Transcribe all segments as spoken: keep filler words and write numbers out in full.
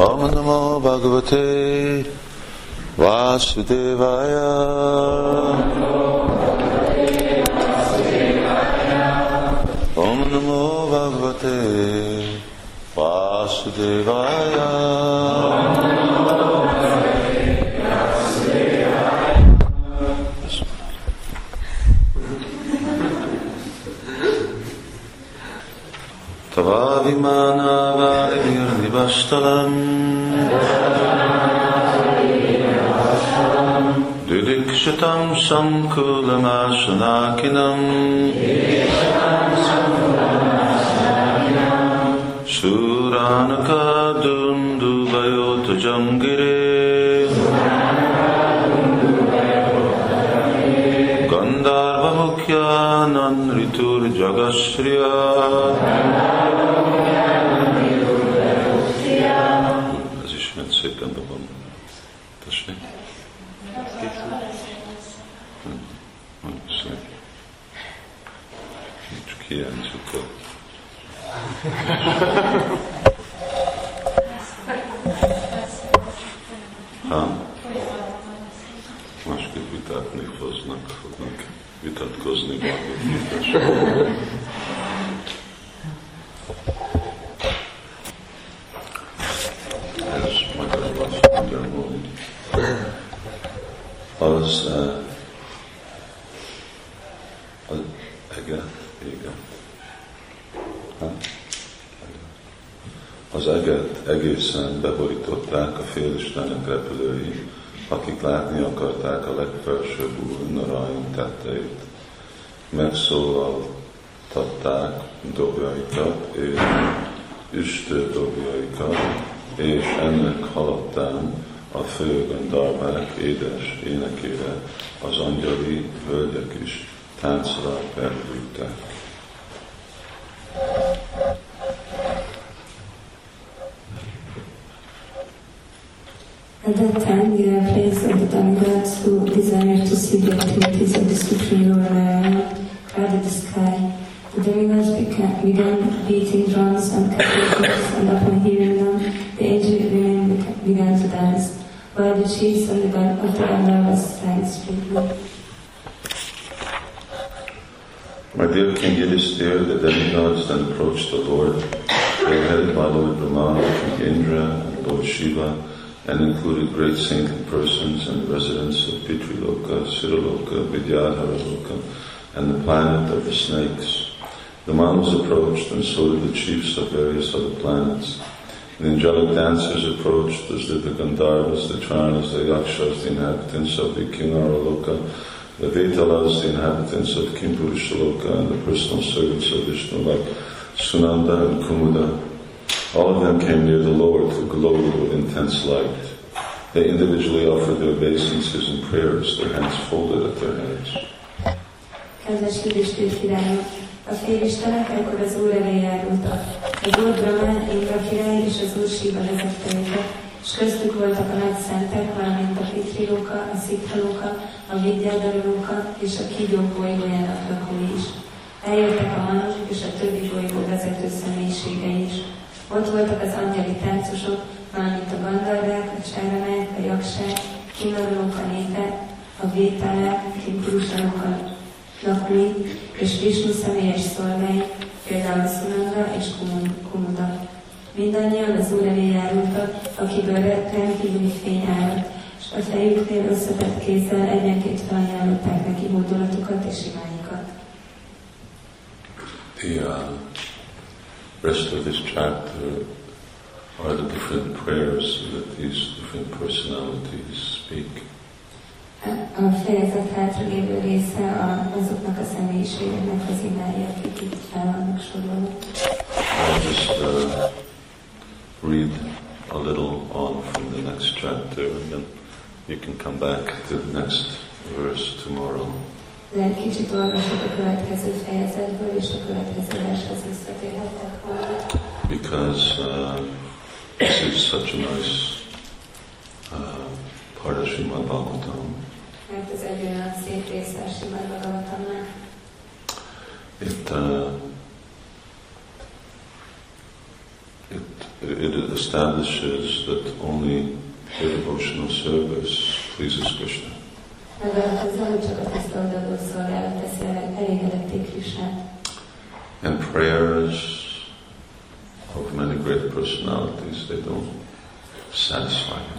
Om Namo Bhagavate Vasudevaya. Om Namo Bhagavate Vasudevaya. Tavavimana Varivir Nivashtalam Didikshatam Samkulam Asanakinam Suranaka Dunduvayotajam Gire Gandharva Mukhyanan Ritur Jagasriya. Ez is ment szépen dobom. Tessék. Szép. Csak hiányzik a... Ha? Másképp vitatni fognak, fognak vitatkozni maguk. Ez magyarul azt mondja, hogy az, az ege, igen. Az eget egészen beborították a félistenek repülői, akik látni akarták a legfelsőbb úr Narayan tetteit. Megszólaltatták dobjaikat és üstő dobjaikat, és ennek halattán a fő gandharvák édes énekére az angyali hölgyek is táncra perültek. At that time, the airplanes of the demigods who desired to see the activities of the Supreme Lord Narayana crowded the sky. The demigods began, began beating drums and cathedrals, and upon hearing them, the aged women began to dance, while the chiefs and the god of the Gandharvas sang sweetly. My dear King Yudhisthira, the demigods then approached the Lord. They were headed by Lord Brahma, King Indra, and Lord Shiva, and included great saintly persons and residents of Pitriloka, Siraloka, Vidyadharaloka, and the planet of the snakes. The Manas approached, and so did the chiefs of various other planets. The angelic dancers approached, as did the Gandharvas, the Charanas, the Yakshas, the inhabitants of the Kinaraloka, the Vetalas, the inhabitants of Kimpurushaloka, and the personal servants of Vishnu like Sunanda and Kumuda. All of them came near the Lord who glowed with intense light. They individually offered their obeisances and prayers, their hands folded at their heads. Kedves Yudhisthira királyok, a félistenek ekkor az Úr elé járultak. Az Úr Brahma, Indra király és az Úr Shiva vezette őket, és köztük voltak a nagy szentek, valamint a Pitriloka, a Szitraloka, a Vidyadharaloka és a kígyók bolygójának lakói is. Eljöttek a manok és a többi bolygó vezető személyiségei is. Ott voltak az angyali táncosok, valamint a gandharvák, a csáranák, a jaksák, kinarulók a népek, a vétálák, kimpurusanok a lakói, és Vishnu személyes szolgái, például Sunanda és Kumuda. Mindannyian az Úr elé járultak, akiből rendkívüli fény áradt, és a fejüknél összetett kézzel egyenként felajánlották neki hódolatukat és imányikat. The uh, rest of this chapter are the different prayers that these different personalities speak. A fejezet hátra lévő része azoknak a személyiségeknek az imái, akik itt fel vannak sorolva. I'll just uh, read a little on from the next chapter, and then you can come back to the next verse tomorrow. De egy kicsit olvasok a következő fejezetből, és a következő vershez visszatérhetek volna. Because uh, this is such a nice uh, part of Srimad Bhagavatam. Mert ez egy olyan szép része a Srimad Bhagavatamnak. It, uh, it, it establishes that only the devotional service pleases Krishna. And prayers of many great personalities, they don't satisfy him.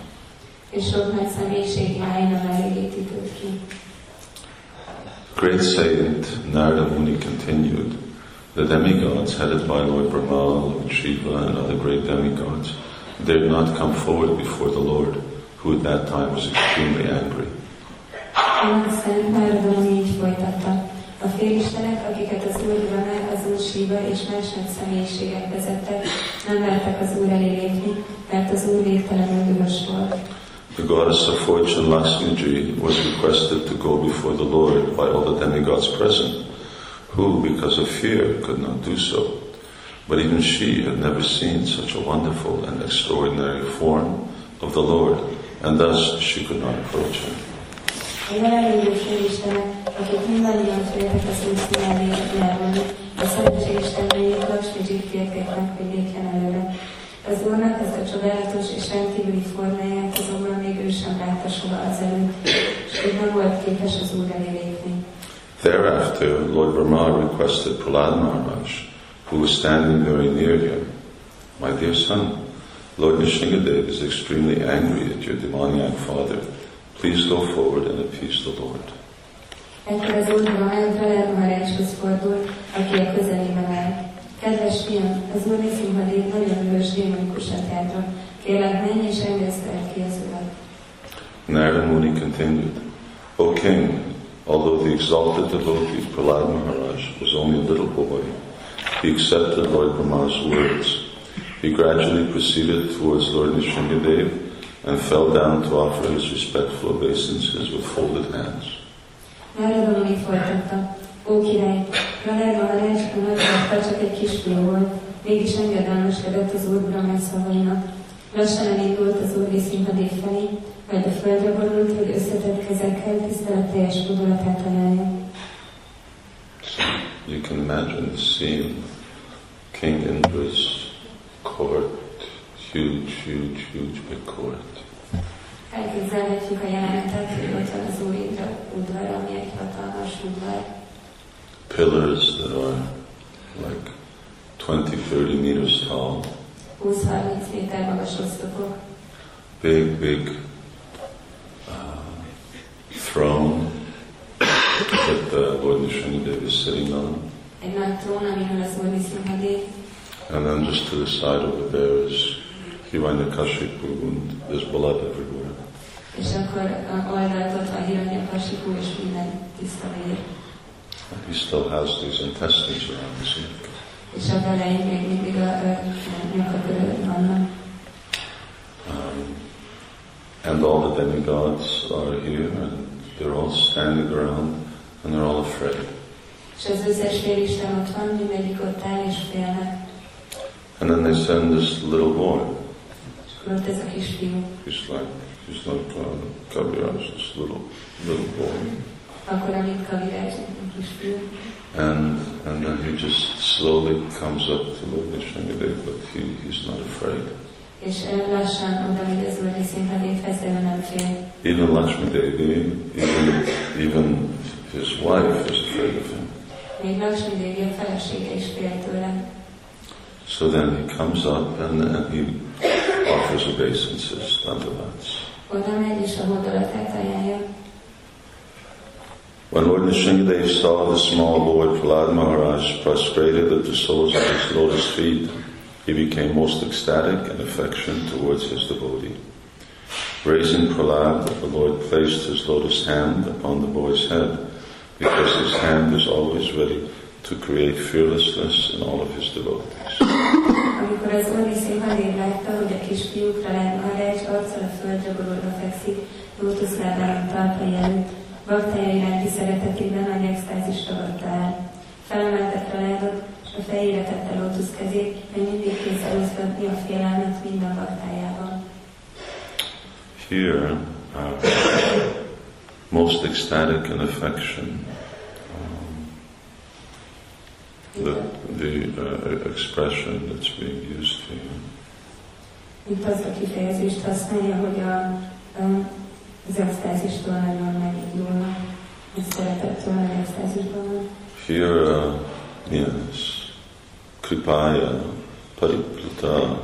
Great saint Narada Muni continued, the demigods headed by Lord Brahma, Lord Shiva and other great demigods dared not come forward before the Lord, who at that time was extremely angry. A félistenek, akiket az Úr Brahma, az Úr Shiva és más nagy személyiségek vezettek, nem mertek az Úr elé lépni, mert az Úr végtelenül dühös volt. The goddess of fortune, Lakshmiji, was requested to go before the Lord by all the demigods present, who, because of fear, could not do so. But even she had never seen such a wonderful and extraordinary form of the Lord, and thus she could not approach him. A jelenlévő félistenek, akik mindannyian féltek az Úr színelé járulni, a szerencséistennőjét Lakshmijit kérték meg, hogy lépjen előre. Az Úrnak ezt a csodálatos és rendkívüli formáját azonban még ő sem látta soha azelőtt, és így nem volt képes az Úr elé lépni. Thereafter, Lord Brahma requested Prahlad Maharaj, who was standing very near him, my dear son, Lord Nrsingadev is extremely angry at your demoniac father. Please go forward and appease the Lord. Ekkor az Úr Brahma Prahlad Maharajhoz fordult, aki a közelében áll. Kedves fiam, az Úr Nrsingadev nagyon hős démonikusat járta. Kérlek, menj és engeszteld ki az Urat. Narada Muni continued, O king, although the exalted devotee Prahlad Maharaj was only a little boy, he accepted Lord Brahma's words. He gradually proceeded towards Lord Nrsingadev and fell down to offer his respectful obeisances with folded hands. Narada Muni folytatta, ó király, Prahlad Maharaj a nagyapja csak egy kisfiú volt, mégis engedelmeskedett az Úr Brahma szavainak. Lassan elindult az Úr Nrsingadev felé, majd a földre borult, hogy összetett kezekkel tiszteletteljes fordulatát ajánlja. You can imagine the scene, King Indra's court, huge, huge, huge big court. Elképzelhetjük a jelenetet, hogy ott van az Úr Indra udvar, ami egy hatalmas udvar. Pillars that are like twenty, thirty meters tall. húsz-harminc méter magas oszlopok. Big, big uh, throne that the Lord Nrsingadev is sitting on. Egy nagy trón, amin az Úr Nrsingadev. And then just to the side over there is Hiranyakashipu, and there's blood everywhere. És akkor oldalt ott van Hiranyakashipu, és minden tiszta vér. And he still has these intestines around his neck. És a belein még mindig a nyaka körül vannak. Um, and all the demigods are here, and they're all standing around, and they're all afraid. És az összes félisten ott van, mindegyik ott áll és félnek. And then they send this little boy. És akkor ott ez a kisfiú. He's like, he's like uh, Kaviraj, this little, little boy. Akkor, amit Kaviraj, a kisfiú. And and then he just slowly comes up to Lord Nrsingadev, but he, he's not afraid. És lassan oda megy az Úr Nrsingadevhez, de ő nem fél. Even Lakshmi Devi, even, even his wife is afraid of him. Még Lakshmi Devi, a felesége is fél tőle. So then he comes up and, and he offers obeisances, dandavats. Oda megy és a hódolatát ajánlja. When Lord Nrsingadev saw the small boy Prahlad Maharaj prostrated at the soles of his lotus feet, he became most ecstatic in affection towards his devotee. Raising Prahlad, the Lord placed his lotus hand upon the boy's head, because his hand is always ready to create fearlessness in all of his devotees. Amikor az Úr Nrsingadev látta, hogy a kisfiú Prahlad Maharaj arccal a földre borulva fekszik, lótuszlábának talpai előtt, baktája iránti szeretetében nagy extázis tagadta el. Felemelte Prahládot, és a fejére tette lótusz kezét, hogy mindig kész elosztatni a félelmet minden baktájában. Here, uh, most ecstatic in affection, um, the, the uh, expression that's being used here itt azt a kifejezést használja, hogy a, a, az extázistól nagyon megindulnak, és szeretettől nagy extázisban van. Here, uh, yes, kripaya, paripluta,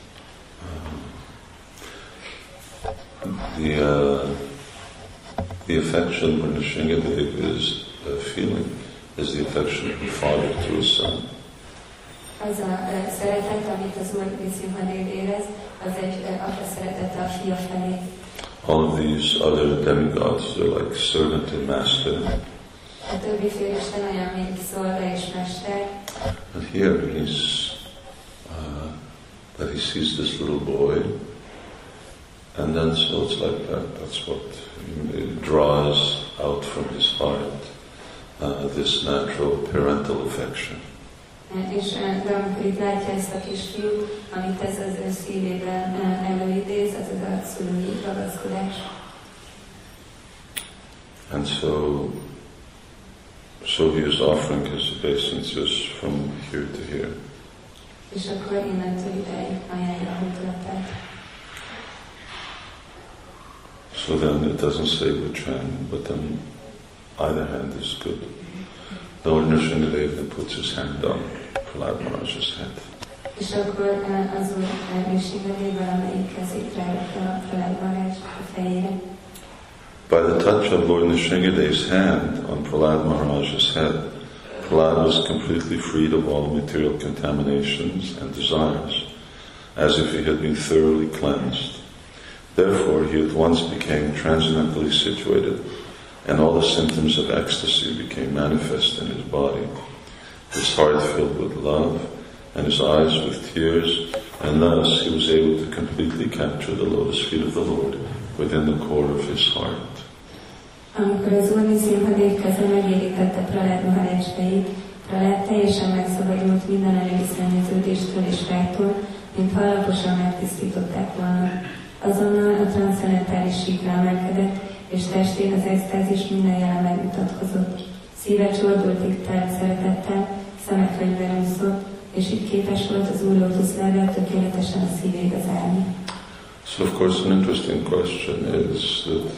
the, uh, the affection when Nrsingadeva is uh, feeling is the affection of a father to a son. Az a uh, szeretet, amit az Úr Nrsingadev érez, az egy uh, apa szeretete a fia felé. All of these other demigods, they're like servant and master. A többi félisten olyan, mint szolga és mester. And here he's, uh, that he sees this little boy, and then so it's like that, that's what it draws out from his heart, uh, this natural parental affection. És de amikor itt látja ezt a kisfiút, amit ez az ő szívében előidéz, az az a szülői ragaszkodás. And so, so he is offering his obeisances from here to here. És akkor innentől ideig ajánlja a hótulatát. So then it doesn't say which hand, but then either hand is good. Lord Nrsingadeva puts his hand on Prahlad Maharaj's head. És akkor az Úr Nrsingadeva valamelyik kezét rárakja a Prahlad Maharaj fejére. By the touch of Lord Nrsingadeva's hand on Prahlad Maharaj's head, Prahlad was completely freed of all material contaminations and desires, as if he had been thoroughly cleansed. Therefore, he at once became transcendentally situated, and all the symptoms of ecstasy became manifest in his body. His heart filled with love, and his eyes with tears, and thus he was able to completely capture the lotus feet of the Lord within the core of his heart. Amikor az Úr Nrsingadev keze megérintette Prahlad Maharaj fejét, Prahlad teljesen megszabadult minden anyagi szennyeződéstől és vágytól, mintha alaposan megtisztították volna. Azonnal a transzcendentális síkra emelkedett, és testén az extázis minden jelen megmutatkozott. Szíve csordultig telt szeretettel, szeme könyvben úszott, és így képes volt az Úr lótuszlábát tökéletesen a szívébe zárni. So of course an interesting question is that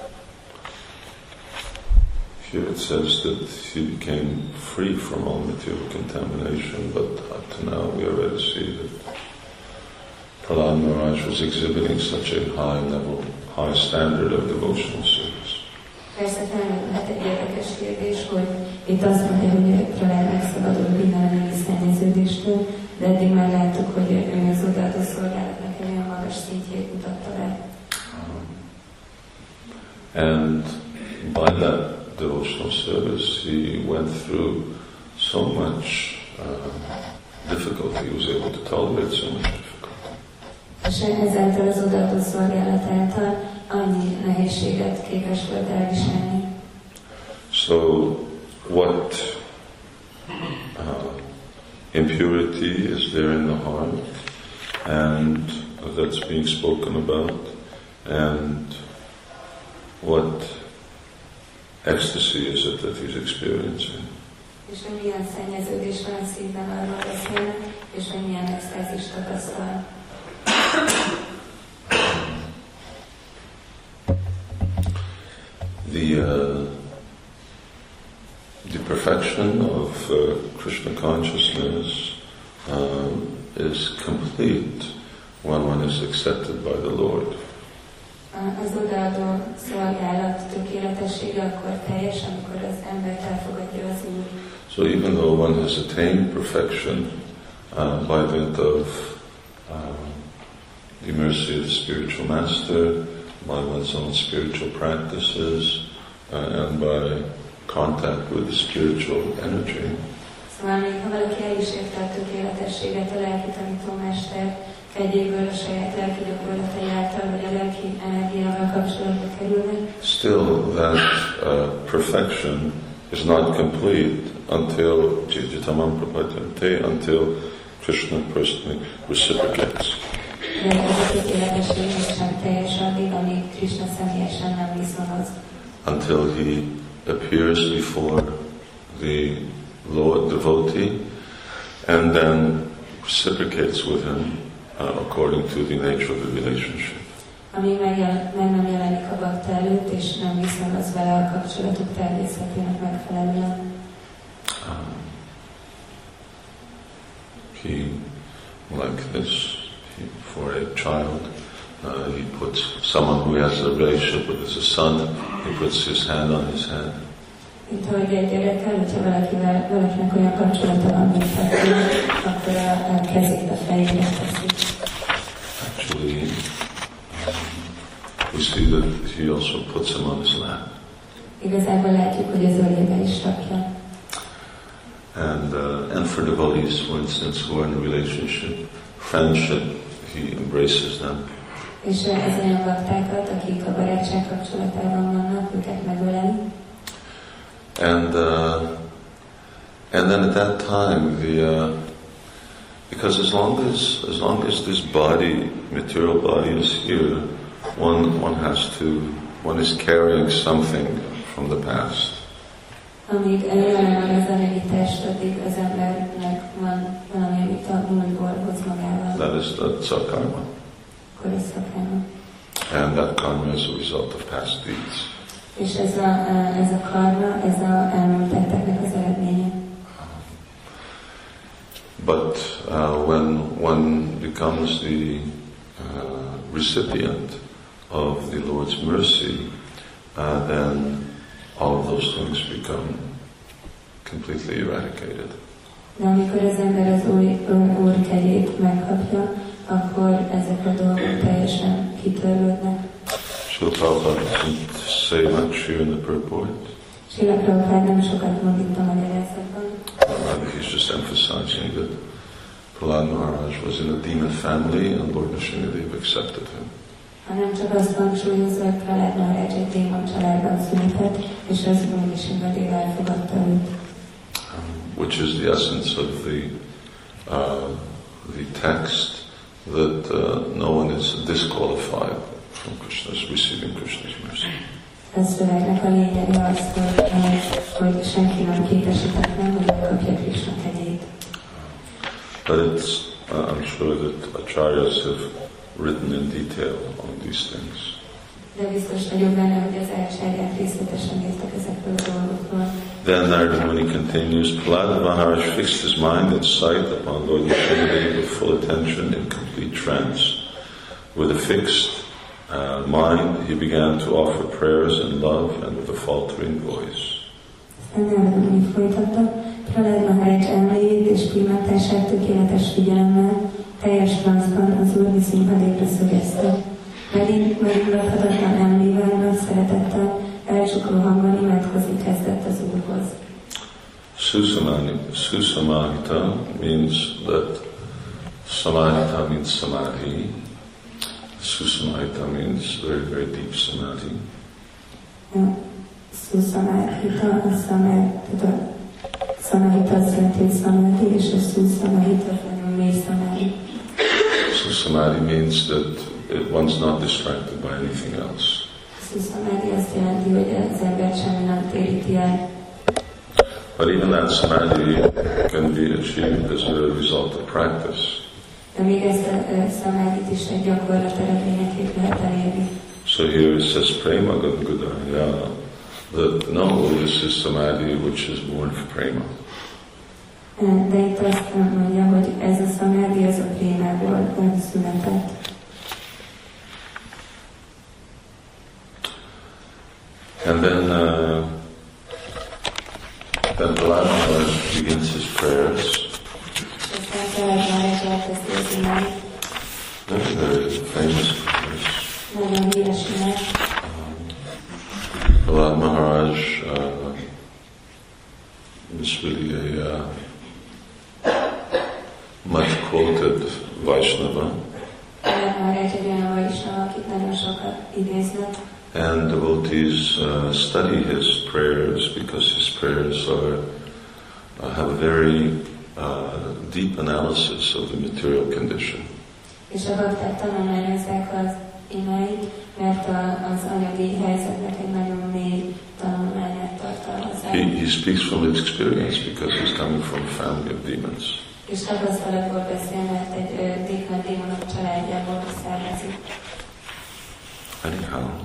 here it says that he became free from all material contamination, but up to now we already see that Prahlad Maharaj was exhibiting such a high level, high standard of devotional service. Persze felmerülhet egy érdekes kérdés, hogy itt azt mondja, hogy Prahlad megszabadul minden anyagi szennyeződéstől, de eddig már láttuk, hogy ő az odaadó szolgálatnak egy olyan magas szintjét mutatta be. Um, and by that devotional service he went through so much uh, difficulty, he was able to tolerate so much difficulty. És ezáltal az odaadó szolgálat által annyi nehézséget képes volt elviselni. So, what uh, impurity is there in the heart, and that's being spoken about, and what ecstasy is it that he's experiencing? És hogy milyen szennyeződés van a szívben, arról beszélnek, és hogy milyen extázist tapasztal. The uh, the perfection of uh, Krishna consciousness uh, is complete when one is accepted by the Lord. Az odaadó szolgálat tökéletessége akkor teljes, amikor az embert elfogadja az Úr. So even though one has attained perfection uh, by dint of uh, the mercy of the spiritual master, by one's own spiritual practices, uh, and by contact with the spiritual energy. Szóval még ha valaki el is érte a tökéletességet a lelki tanítómester kegyéből, a saját lelki gyakorlatai által, vagy a lelki energiával kapcsolatba kerülnek, still that uh, perfection is not complete until Jitamam Prabhatyante, until Krishna personally reciprocates. De ez a tökéletesség sem teljes addig, amíg Krishna személyesen nem viszonoz. Until he appears before the Lord devotee and then reciprocates with him uh, according to the nature of the relationship. Ami meg, meg nem jelenik a bakta előtt, és nem viszonylag vele a kapcsolatuk természetének megfelelően. Um, he, like this, he, for a child, uh, he puts someone who has a relationship with his son, he puts his hand on his head. Mint ahogy egy gyerekkel, hogyha valakivel, valakinek olyan kapcsolata van, mint akkor, akkor a, a kezét a fejére teszik. Actually, um, we see that he also puts him on his lap. Igazából látjuk, hogy az ölébe is rakja. And, uh, and for devotees, for instance, who are in a relationship, friendship, he embraces them. És ez olyan baktákat, akik a barátság kapcsolatában vannak, őket megöleli. And uh, and then at that time, the uh, because as long as as long as this body, material body, is here, one one has to one is carrying something from the past. Amíg jelen van az anyagi test, addig az embernek van valami, amit a múltból hoz magával. That is that's our karma. Akkor ez a karma. And that karma is a result of past deeds. És ez a, ez a karma, ez a elmúlt tetteknek az eredménye. But uh, when one becomes the uh, recipient of the Lord's mercy, uh, then all of those things become completely eradicated. De amikor az ember az új Úr kegyét megkapja, akkor ezek a dolgok teljesen kitörlődnek. Srila Prabhupada doesn't say much here in the purport. Srila Prabhupada nem sokat mond itt a magyarázatban. Uh, he's just emphasizing that Prahlad Maharaj was in a demon family and Lord Nrsimhadev accepted him. Hanem csak azt hangsúlyozza, hogy Prahlad Maharaj egy démon családban született, és az Úr Nrsimhadev elfogadta őt. Um, which is the essence of the uh, the text that uh, no one is disqualified from Krishna's receiving Krishna's mercy. A szövegnek a lényege az, hogy, hogy senki nem képesítetlen, hogy megkapja Krishna kegyét. But it's, uh, I'm sure that acharyas have written in detail on these things. De biztos vagyok benne, hogy az ácsárják részletesen írtak ezekről a dolgokról. Then Narada Muni continues, Prahlad Maharaj fixed his mind and sight upon Lord Nrsimhadev with full attention in complete trance. With a fixed uh, mind, he began to offer prayers in love and with a faltering voice. Aztán Narada Muni folytatta, Prahlad Maharaj elméjét és pillanatását tökéletes figyelemmel, teljes transzban az Úr Nrsimhadevre szögezte. Megingathatatlan elmével, nagy szeretettel, elcsukló hangon imádkozni kezdett az Úrhoz. Susamahita means that Samahita means samadhi. Susamahita means very, very deep samadhi. Susamahita, a samadhi, Samahita azt jelenti, hogy samadhi, és a Susamahita az nagyon mély samadhi. So samadhi means that it, one's not distracted by anything else. Samadhi azt jelenti, hogy az ember semmi nem téríti el. But even that samadhi can be achieved as a result of practice. De még ezt a samadhit is egy gyakorlat eredményeként lehet elérni. So here it says prema gadgudaya, that no, this is samadhi which is born of prema. De itt azt mondja, hogy ez a samadhi az a prémából született. And then, uh, then Prahlad Maharaj begins his prayers. Very, very famous prayers. Um, Prahlad Maharaj uh, is really a uh, much quoted Vaishnava. And devotees uh, study his prayers because his prayers are uh, have a very uh, deep analysis of the material condition. És a bakták tanulmányozzák az imáit, mert az anyagi helyzetnek egy nagyon mély tanulmányát tartalmazzák. He, he speaks from his experience because he's coming from a family of demons. És tapasztalatból beszél, mert egy ö, nagy démonok családjából származik. Anyhow,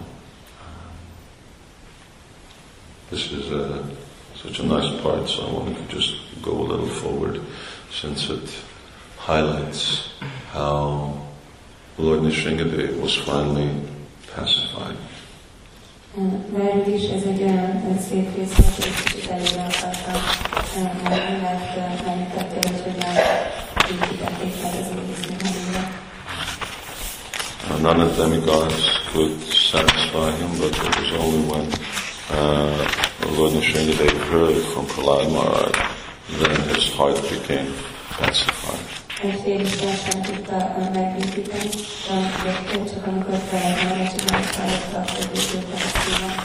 this is a, such a nice part, so I want to just go a little forward, since it highlights how Lord Nrsingadev was finally pacified. Mert is ez egy olyan szép rész, hogy kicsit előre akartam menni, mert megmutatja, hogy hogyan építették meg az Úr Istenre. None of the demigods could satisfy him, but it was only when uh, Lord Nrsingadev heard from Prahlad Maharaj, then his heart became pacified. Egy fél Isten sem tudta megépíteni, csak amikor Prahlad Maharaj meghallotta, akkor végült a szíve.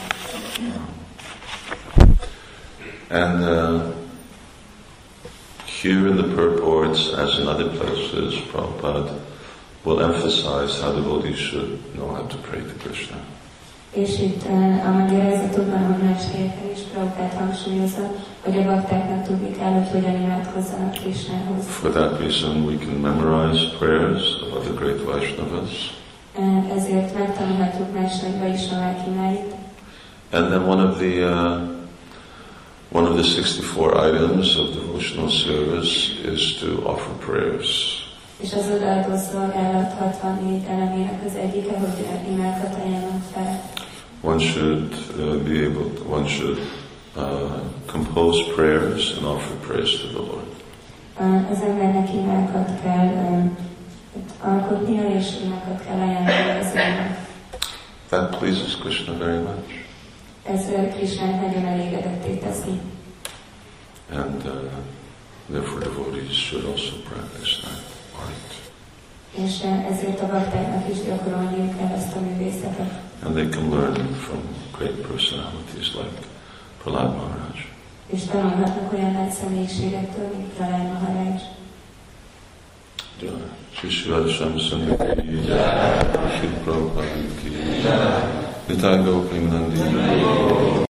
And uh, here in the purports, as in other places, Prabhupada will emphasize how devotees should know how to pray to Krishna. És itt a magyarázatokban, a más helyeken is Prabhupád hangsúlyozza, hogy a baktáknak tudni kell, hogy hogyan imádkozzanak Krishnához. For that reason we can memorize prayers of other great Vaishnavas. Ezért megtanulhatjuk más nagy Vaishnavák imáit. And then one of the uh, one of the sixty-four items of devotional service is to offer prayers. És az odaadó szolgálat hatvannégy elemének az egyike, hogy imákat ajánlunk fel. One should uh, be able to, one should uh, compose prayers and offer praise to the Lord. Az embernek imákat kell um, alkotnia, és imákat kell ajánlani az Úrnak. That pleases Krishna very much. Ez uh, Krishnát nagyon elégedetté teszi. And uh, therefore devotees should also practice that art. És ezért a baktáknak is gyakorolniuk kell ezt a művészetet. And they can learn from great personalities like Prahlad Maharaj. És tanulhatnak olyan nagy személyiségektől, mint Prahlad Maharaj. Shri Shri Radha Sundar ki jai, Shri Prabhupada ki jai, Nitai Gopinandi